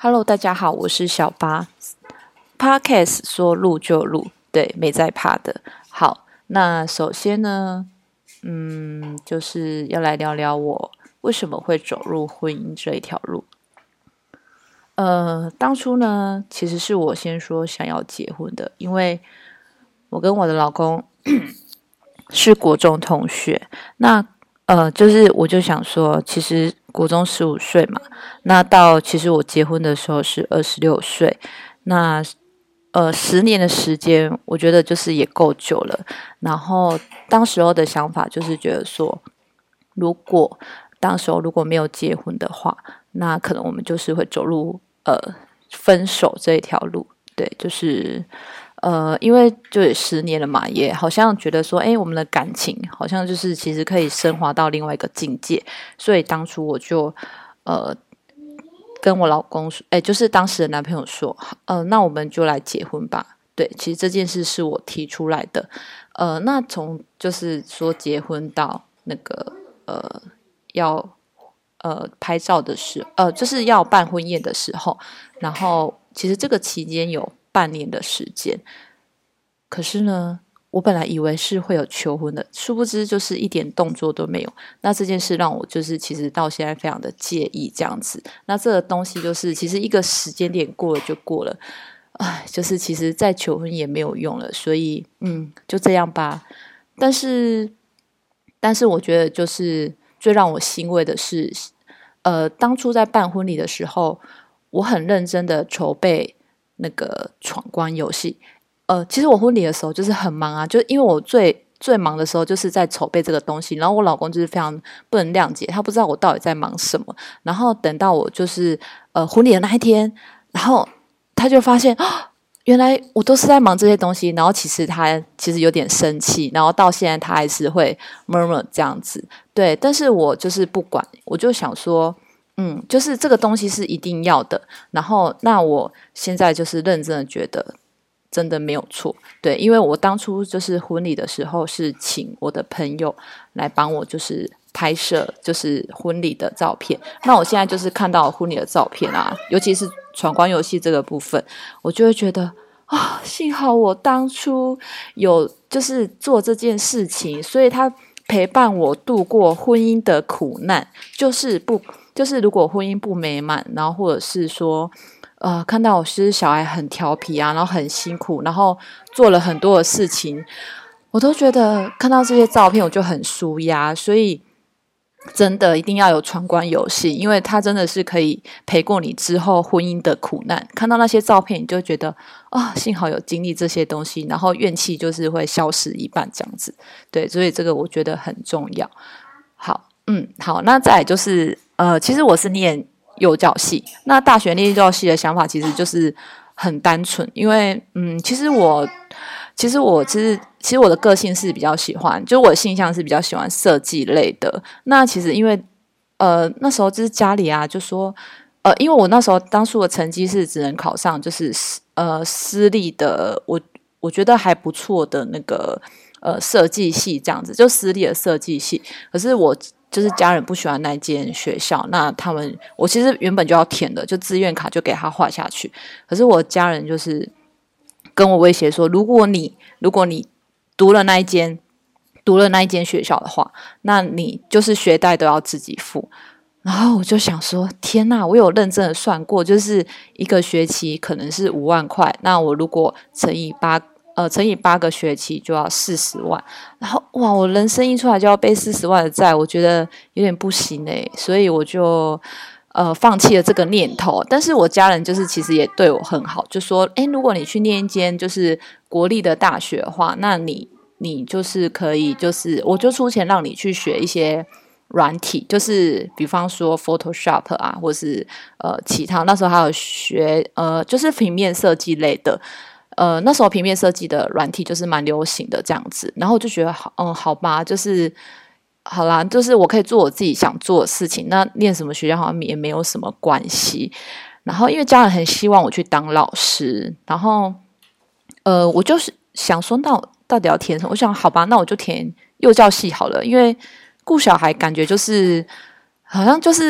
Hello，大家好，我是小八。Podcast 说录就录，对，没在怕的。好，那首先呢，就是要来聊聊我为什么会走入婚姻这一条路。当初呢，其实是我先说想要结婚的，因为我跟我的老公是国中同学。那我就想说，其实国中15岁嘛，那到其实我结婚的时候是26岁，那10年的时间，我觉得就是也够久了。然后当时候的想法就是觉得说，当时候如果没有结婚的话，那可能我们就是会走入分手这一条路。对，就是因为就也10年了嘛，也好像觉得说，我们的感情好像就是其实可以升华到另外一个境界，所以当初我就跟我老公说，就是当时的男朋友说，那我们就来结婚吧。对，其实这件事是我提出来的。那从就是说结婚到那个要拍照的时候，就是要办婚宴的时候，然后其实这个期间有半年的时间。可是呢，我本来以为是会有求婚的，殊不知就是一点动作都没有。那这件事让我就是其实到现在非常的介意这样子。那这个东西就是其实一个时间点过了就过了，就是其实再求婚也没有用了，所以就这样吧。但是我觉得就是最让我欣慰的是，当初在办婚礼的时候，我很认真的筹备那个闯关游戏。其实我婚礼的时候就是很忙啊，就因为我最忙的时候就是在筹备这个东西，然后我老公就是非常不能谅解，他不知道我到底在忙什么。然后等到我就是婚礼的那一天，然后他就发现原来我都是在忙这些东西，然后他其实有点生气，然后到现在他还是会 murmur 这样子。对，但是我就是不管，我就想说就是这个东西是一定要的，然后那我现在就是认真的觉得真的没有错。对，因为我当初就是婚礼的时候是请我的朋友来帮我就是拍摄就是婚礼的照片。那我现在就是看到婚礼的照片啊，尤其是闯关游戏这个部分，我就会觉得幸好我当初有就是做这件事情，所以他陪伴我度过婚姻的苦难。就是如果婚姻不美满，然后或者是说看到我是小孩很调皮啊，然后很辛苦，然后做了很多的事情，我都觉得看到这些照片我就很舒压。所以真的一定要有闯关游戏，因为它真的是可以陪过你之后婚姻的苦难。看到那些照片，你就觉得幸好有经历这些东西，然后怨气就是会消失一半这样子。对，所以这个我觉得很重要。好，那再来就是其实我是念幼教系，那大学念幼教系的想法其实就是很单纯，因为其实我的个性是比较喜欢，就我的性向是比较喜欢设计类的。那其实因为那时候就是家里就说因为我那时候当初的成绩是只能考上就是私立的，我觉得还不错的那个设计系这样子，就私立的设计系。可是我就是家人不喜欢那间学校，那我其实原本就要填的，就志愿卡就给他画下去。可是我家人就是跟我威胁说，如果你读了那一间学校的话，那你就是学贷都要自己付。然后我就想说，天哪，我有认真的算过，就是一个学期可能是5万块，那我如果乘以8个学期就要40万。然后我人生一出来就要背40万的债，我觉得有点不行所以我就放弃了这个念头。但是我家人就是其实也对我很好，就说如果你去念一间就是国立的大学的话，那你就是可以，就是我就出钱让你去学一些软体，就是比方说 Photoshop 或是其他。那时候还有学就是平面设计类的。那时候平面设计的软体就是蛮流行的这样子。然后我就觉得好吧，就是好啦，就是我可以做我自己想做的事情，那念什么学校好像也没有什么关系。然后因为家人很希望我去当老师，然后我就是想说那我到底要填什么，我想好吧，那我就填幼教系好了。因为顾小孩感觉就是好像就是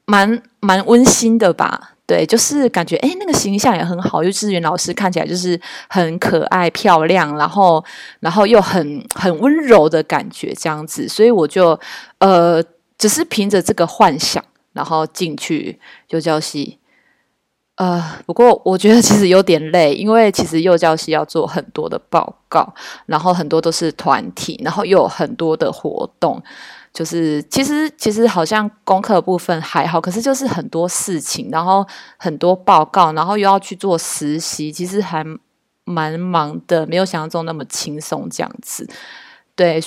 蛮温馨的吧。对，就是感觉那个形象也很好，幼稚园老师看起来就是很可爱漂亮，然后又很温柔的感觉这样子，所以我就只是凭着这个幻想，然后进去幼教系。不过我觉得其实有点累，因为其实幼教系要做很多的报告，然后很多都是团体，然后又有很多的活动。就是其实好像功课部分还好，可是就是很多事情，然后很多报告，然后又要去做实习，其实还蛮忙的，没有想象中那么轻松这样子。对，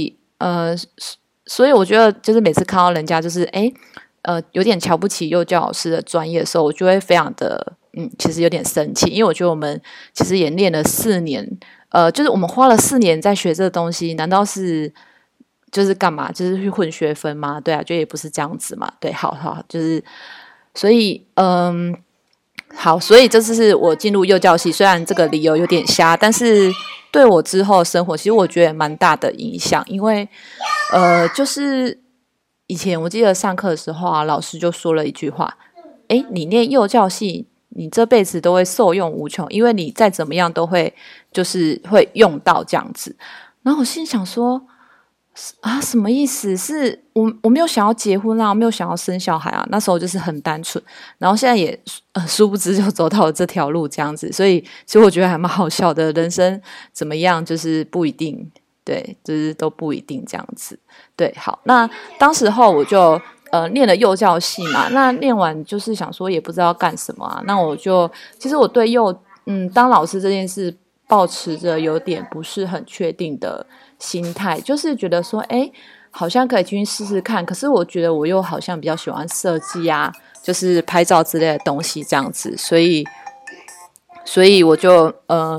所以我觉得就是每次看到人家就是有点瞧不起幼教老师的专业的时候，我就会非常的其实有点生气，因为我觉得我们其实也练了4年，就是我们花了4年在学这个东西，难道是就是干嘛？就是去混学分吗？对啊，就也不是这样子嘛。对，好，就是所以好，所以这次是我进入幼教系，虽然这个理由有点瞎，但是对我之后生活，其实我觉得蛮大的影响，因为就是以前我记得上课的时候啊，老师就说了一句话：你念幼教系，你这辈子都会受用无穷，因为你再怎么样都会就是会用到这样子。然后我心想说什么意思？是我没有想要结婚啊，我没有想要生小孩啊，那时候就是很单纯。然后现在也殊不知就走到了这条路这样子，所以其实我觉得还蛮好笑的。人生怎么样，就是不一定。对，就是都不一定这样子。对，好，那当时候我就念了幼教系嘛，那念完就是想说也不知道干什么啊，那我就其实我对当老师这件事抱持着有点不是很确定的心态，就是觉得说好像可以进去试试看，可是我觉得我又好像比较喜欢设计啊，就是拍照之类的东西这样子，所以我就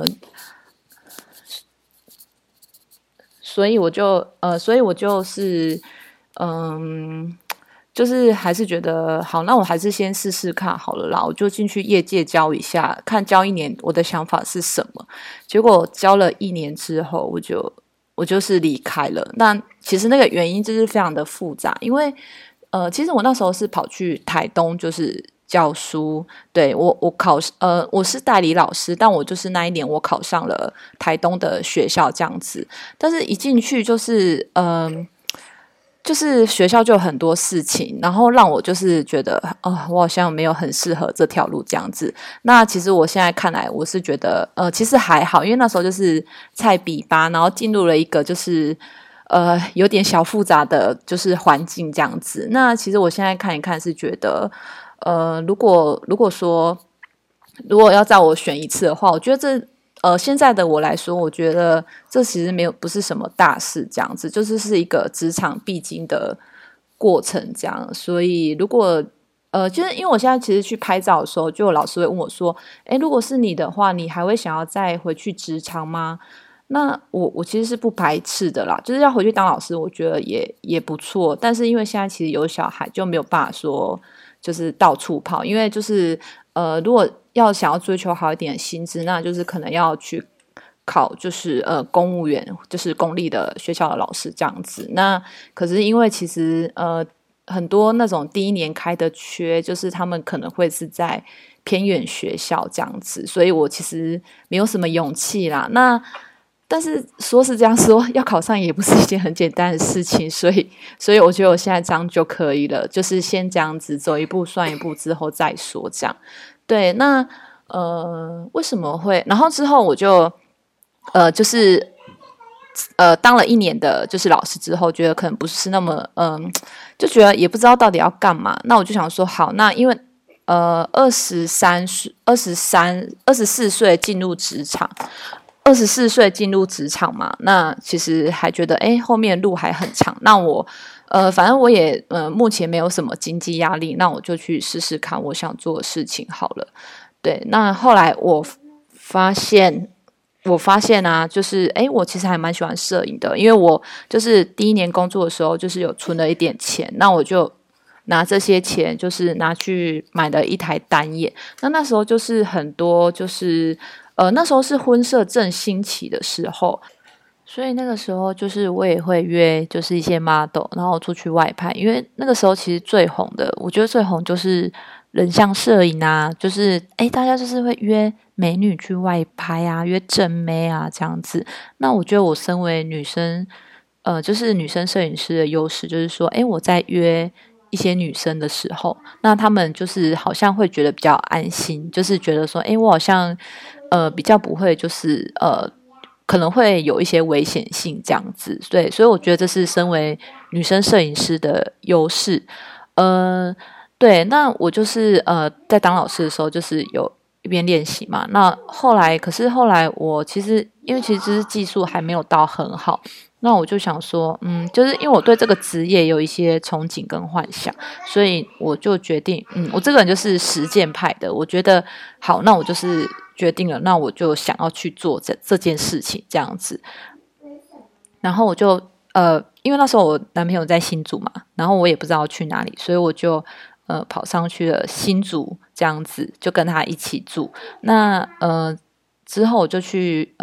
所以我就是就是还是觉得好，那我还是先试试看好了啦，我就进去业界教一下，看教1年我的想法是什么。结果教了1年之后，我就是离开了。那其实那个原因就是非常的复杂，因为其实我那时候是跑去台东，就是教书。对，我是代理老师，但我就是那一年我考上了台东的学校这样子。但是一进去就是学校就有很多事情，然后让我就是觉得我好像没有很适合这条路这样子。那其实我现在看来，我是觉得其实还好，因为那时候就是菜比吧，然后进入了一个就是有点小复杂的就是环境这样子。那其实我现在看一看是觉得如果要在我选一次的话，我觉得现在的我来说，我觉得这其实不是什么大事，这样子是一个职场必经的过程，这样。所以如果就是因为我现在其实去拍照的时候，就有老师会问我说：如果是你的话，你还会想要再回去职场吗？那我其实是不排斥的啦，就是要回去当老师，我觉得也不错。但是因为现在其实有小孩，就没有办法说就是到处跑，因为就是如果要想要追求好一点的薪资，那就是可能要去考就是公务员，就是公立的学校的老师这样子。那可是因为其实很多那种第1年开的缺，就是他们可能会是在偏远学校这样子，所以我其实没有什么勇气啦。但是说是这样说，要考上也不是一件很简单的事情，所以我觉得我现在这样就可以了，就是先这样子走一步算一步，之后再说这样。对，那为什么会？然后之后我就就是当了1年的就是老师之后，觉得可能不是那么就觉得也不知道到底要干嘛。那我就想说，好，那因为24岁进入职场。24岁进入职场嘛，那其实还觉得后面路还很长。那我反正我也目前没有什么经济压力，那我就去试试看我想做的事情好了。对，那后来我发现啊，就是我其实还蛮喜欢摄影的，因为我就是第1年工作的时候，就是有存了一点钱，那我就拿这些钱就是拿去买了一台单眼。那时候就是很多就是那时候是婚摄正兴起的时候， 所以那个时候就是我也会约就是一些 model，然后出去外拍，因为那个时候其实最红的，我觉得最红就是人像摄影啊，就是大家就是会约美女去外拍啊，约正妹啊这样子。那我觉得我身为女生，就是女生摄影师的优势就是说，我在约一些女生的时候，那她们就是好像会觉得比较安心，就是觉得说，我好像比较不会就是可能会有一些危险性这样子，对，所以我觉得这是身为女生摄影师的优势。对，那我就是在当老师的时候，就是有一边练习嘛。那可是后来我其实因为其实技术还没有到很好，那我就想说，就是因为我对这个职业有一些憧憬跟幻想，所以我就决定，我这个人就是实践派的，我觉得好，那我就是决定了，那我就想要去做这件事情这样子。然后我就因为那时候我男朋友在新竹嘛，然后我也不知道去哪里，所以我就跑上去了新竹这样子，就跟他一起住。那之后我就去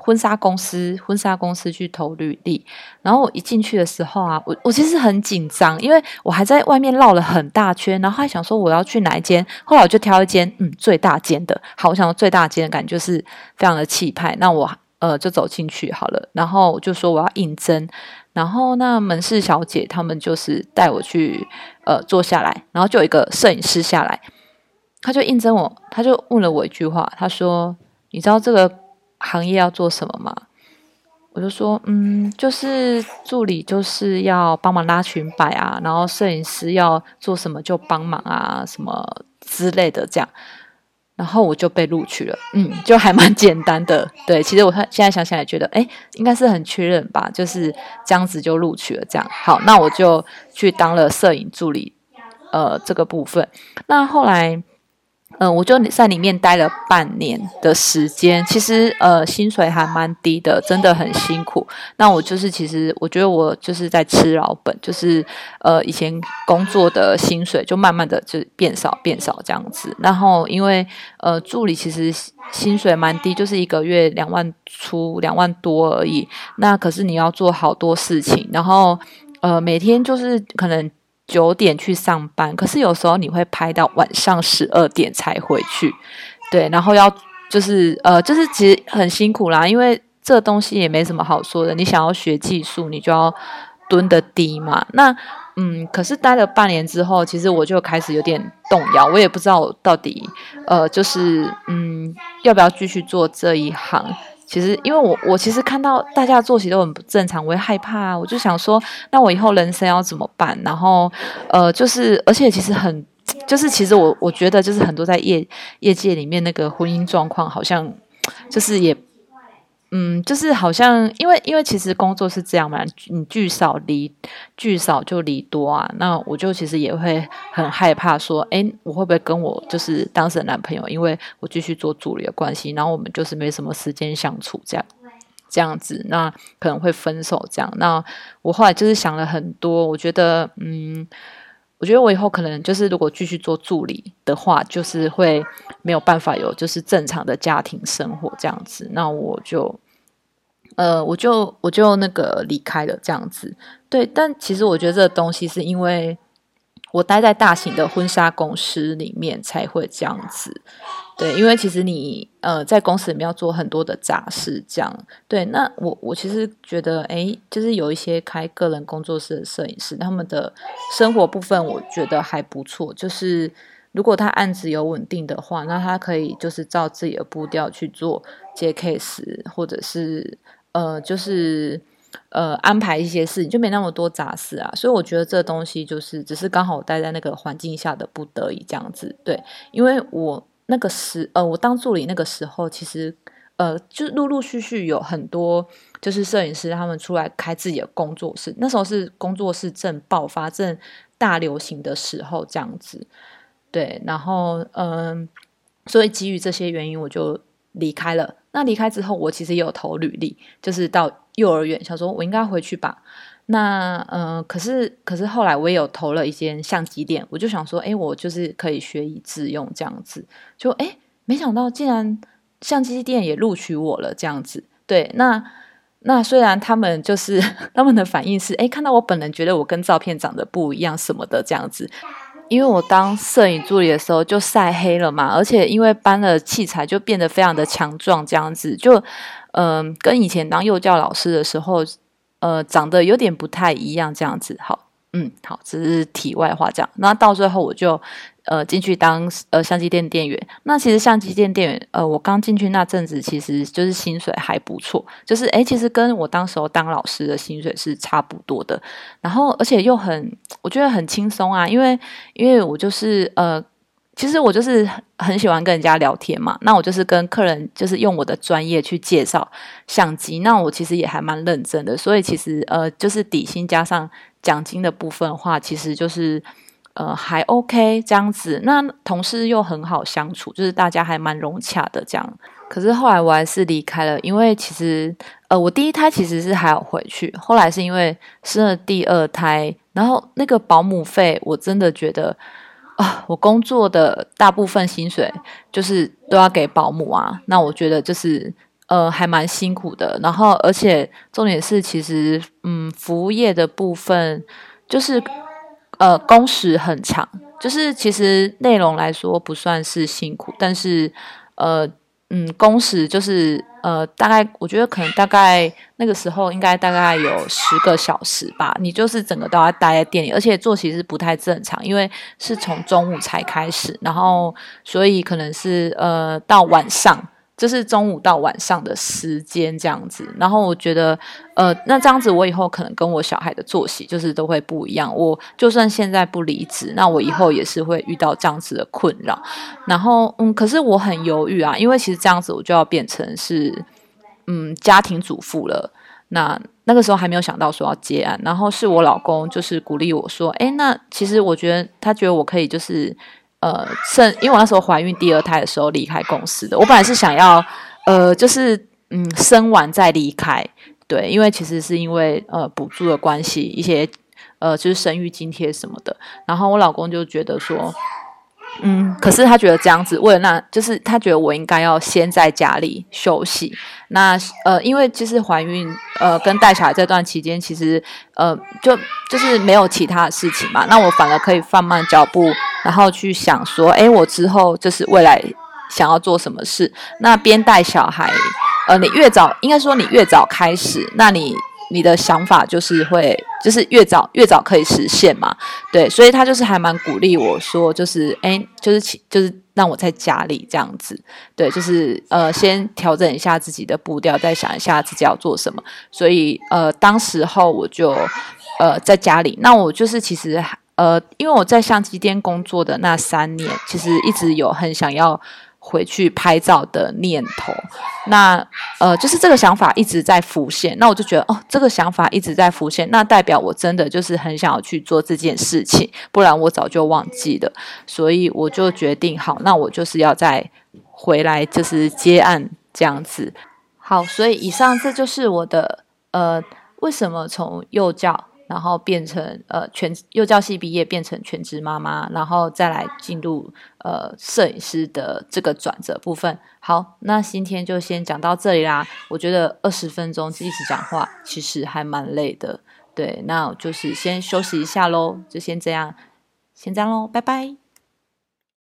婚纱公司去投履历，然后我一进去的时候啊，我其实很紧张，因为我还在外面绕了很大圈，然后还想说我要去哪一间，后来我就挑一间最大间的，好，我想说最大间的感觉就是非常的气派，那我就走进去好了，然后我就说我要应征，然后那门市小姐他们就是带我去坐下来，然后就有一个摄影师下来，他就应征我，他就问了我一句话，他说你知道这个行业要做什么吗？我就说就是助理就是要帮忙拉裙摆啊，然后摄影师要做什么就帮忙啊，什么之类的这样。然后我就被录取了，就还蛮简单的。对，其实我现在想起来觉得，应该是很确认吧，就是这样子就录取了。这样好，那我就去当了摄影助理，这个部分。那后来，我就在里面待了半年的时间，其实薪水还蛮低的，真的很辛苦。那我就是其实我觉得我就是在吃老本，就是以前工作的薪水就慢慢的就变少这样子。然后因为助理其实薪水蛮低，就是一个月2万出2万多而已。那可是你要做好多事情，然后每天就是可能9点去上班，可是有时候你会拍到晚上12点才回去，对，然后要就是其实很辛苦啦，因为这东西也没什么好说的，你想要学技术，你就要蹲得低嘛。那可是待了半年之后，其实我就开始有点动摇，我也不知道到底就是要不要继续做这一行。其实，因为我其实看到大家的作息都很不正常，我会害怕啊。我就想说，那我以后人生要怎么办？然后，就是而且其实就是其实我觉得就是很多在业界里面那个婚姻状况，好像就是也就是好像因为其实工作是这样嘛，你聚少就离多啊。那我就其实也会很害怕说，我会不会跟我就是当时的男朋友，因为我继续做助理的关系，然后我们就是没什么时间相处这样子，那可能会分手这样。那我后来就是想了很多，我觉得我以后可能就是如果继续做助理的话，就是会没有办法有就是正常的家庭生活这样子。那我就那个离开了这样子。对，但其实我觉得这个东西是因为我待在大型的婚纱公司里面才会这样子。对，因为其实你在公司里面要做很多的杂事这样。对，那我其实觉得就是有一些开个人工作室的摄影师，他们的生活部分我觉得还不错，就是如果他案子有稳定的话，那他可以就是照自己的步调去做接 case，或者是就是安排一些事情，就没那么多杂事啊。所以我觉得这东西就是只是刚好我待在那个环境下的不得已这样子。对，因为我我当助理那个时候，其实就陆陆续续有很多就是摄影师他们出来开自己的工作室，那时候是工作室正爆发正大流行的时候这样子。对，然后所以基于这些原因我就离开了。那离开之后我其实也有投履历，就是到幼儿园，想说我应该回去吧。那可是后来我也有投了一间相机店，我就想说我就是可以学以致用这样子。就没想到竟然相机店也录取我了这样子。对，那那虽然他们就是他们的反应是，看到我本人觉得我跟照片长得不一样什么的这样子，因为我当摄影助理的时候就晒黑了嘛，而且因为搬了器材就变得非常的强壮这样子，就跟以前当幼教老师的时候长得有点不太一样这样子。好，只是题外话这样。那到最后我就进去当相机店店员。那其实相机店店员我刚进去那阵子，其实就是薪水还不错，就是其实跟我当时候当老师的薪水是差不多的。然后而且又我觉得很轻松啊，因为我就是其实我就是很喜欢跟人家聊天嘛，那我就是跟客人就是用我的专业去介绍相机，那我其实也还蛮认真的，所以其实就是底薪加上奖金的部分的话，其实就是还 OK 这样子。那同事又很好相处，就是大家还蛮融洽的这样。可是后来我还是离开了，因为其实我第一胎其实是还有回去，后来是因为生了第二胎，然后那个保姆费我真的觉得我工作的大部分薪水就是都要给保姆啊，那我觉得就是还蛮辛苦的。然后而且重点是其实服务业的部分就是工时很长，就是其实内容来说不算是辛苦，但是工时就是大概我觉得可能大概那个时候应该大概有10个小时吧，你就是整个都要待在店里，而且作息是不太正常，因为是从中午才开始，然后所以可能是到晚上，就是中午到晚上的时间这样子。然后我觉得那这样子我以后可能跟我小孩的作息就是都会不一样，我就算现在不离职，那我以后也是会遇到这样子的困扰。然后可是我很犹豫啊，因为其实这样子我就要变成是家庭主妇了。那个时候还没有想到说要接案，然后是我老公就是鼓励我说那其实我觉得他觉得我可以就是因为我那时候怀孕第二胎的时候离开公司的，我本来是想要就是生完再离开，对，因为其实是因为补助的关系，一些就是生育津贴什么的，然后我老公就觉得说可是他觉得这样子，为了就是他觉得我应该要先在家里休息。那因为其实怀孕跟带小孩这段期间，其实就是没有其他的事情嘛，那我反而可以放慢脚步，然后去想说，我之后就是未来想要做什么事。那边带小孩，你越早，应该说你越早开始，那你的想法就是就是越早可以实现嘛，对，所以他就是还蛮鼓励我说，就是就是让我在家里这样子，对，就是先调整一下自己的步调，再想一下自己要做什么。所以当时候我就在家里，那我就是其实因为我在相机店工作的那3年，其实一直有很想要回去拍照的念头，那就是这个想法一直在浮现，那我就觉得这个想法一直在浮现，那代表我真的就是很想要去做这件事情，不然我早就忘记了，所以我就决定好，那我就是要再回来就是接案这样子。好，所以以上这就是我的为什么从幼教然后变成幼教系毕业变成全职妈妈，然后再来进入摄影师的这个转折部分。好，那今天就先讲到这里啦。我觉得20分钟一直讲话其实还蛮累的，对，那我就是先休息一下咯，就先这样咯，拜拜。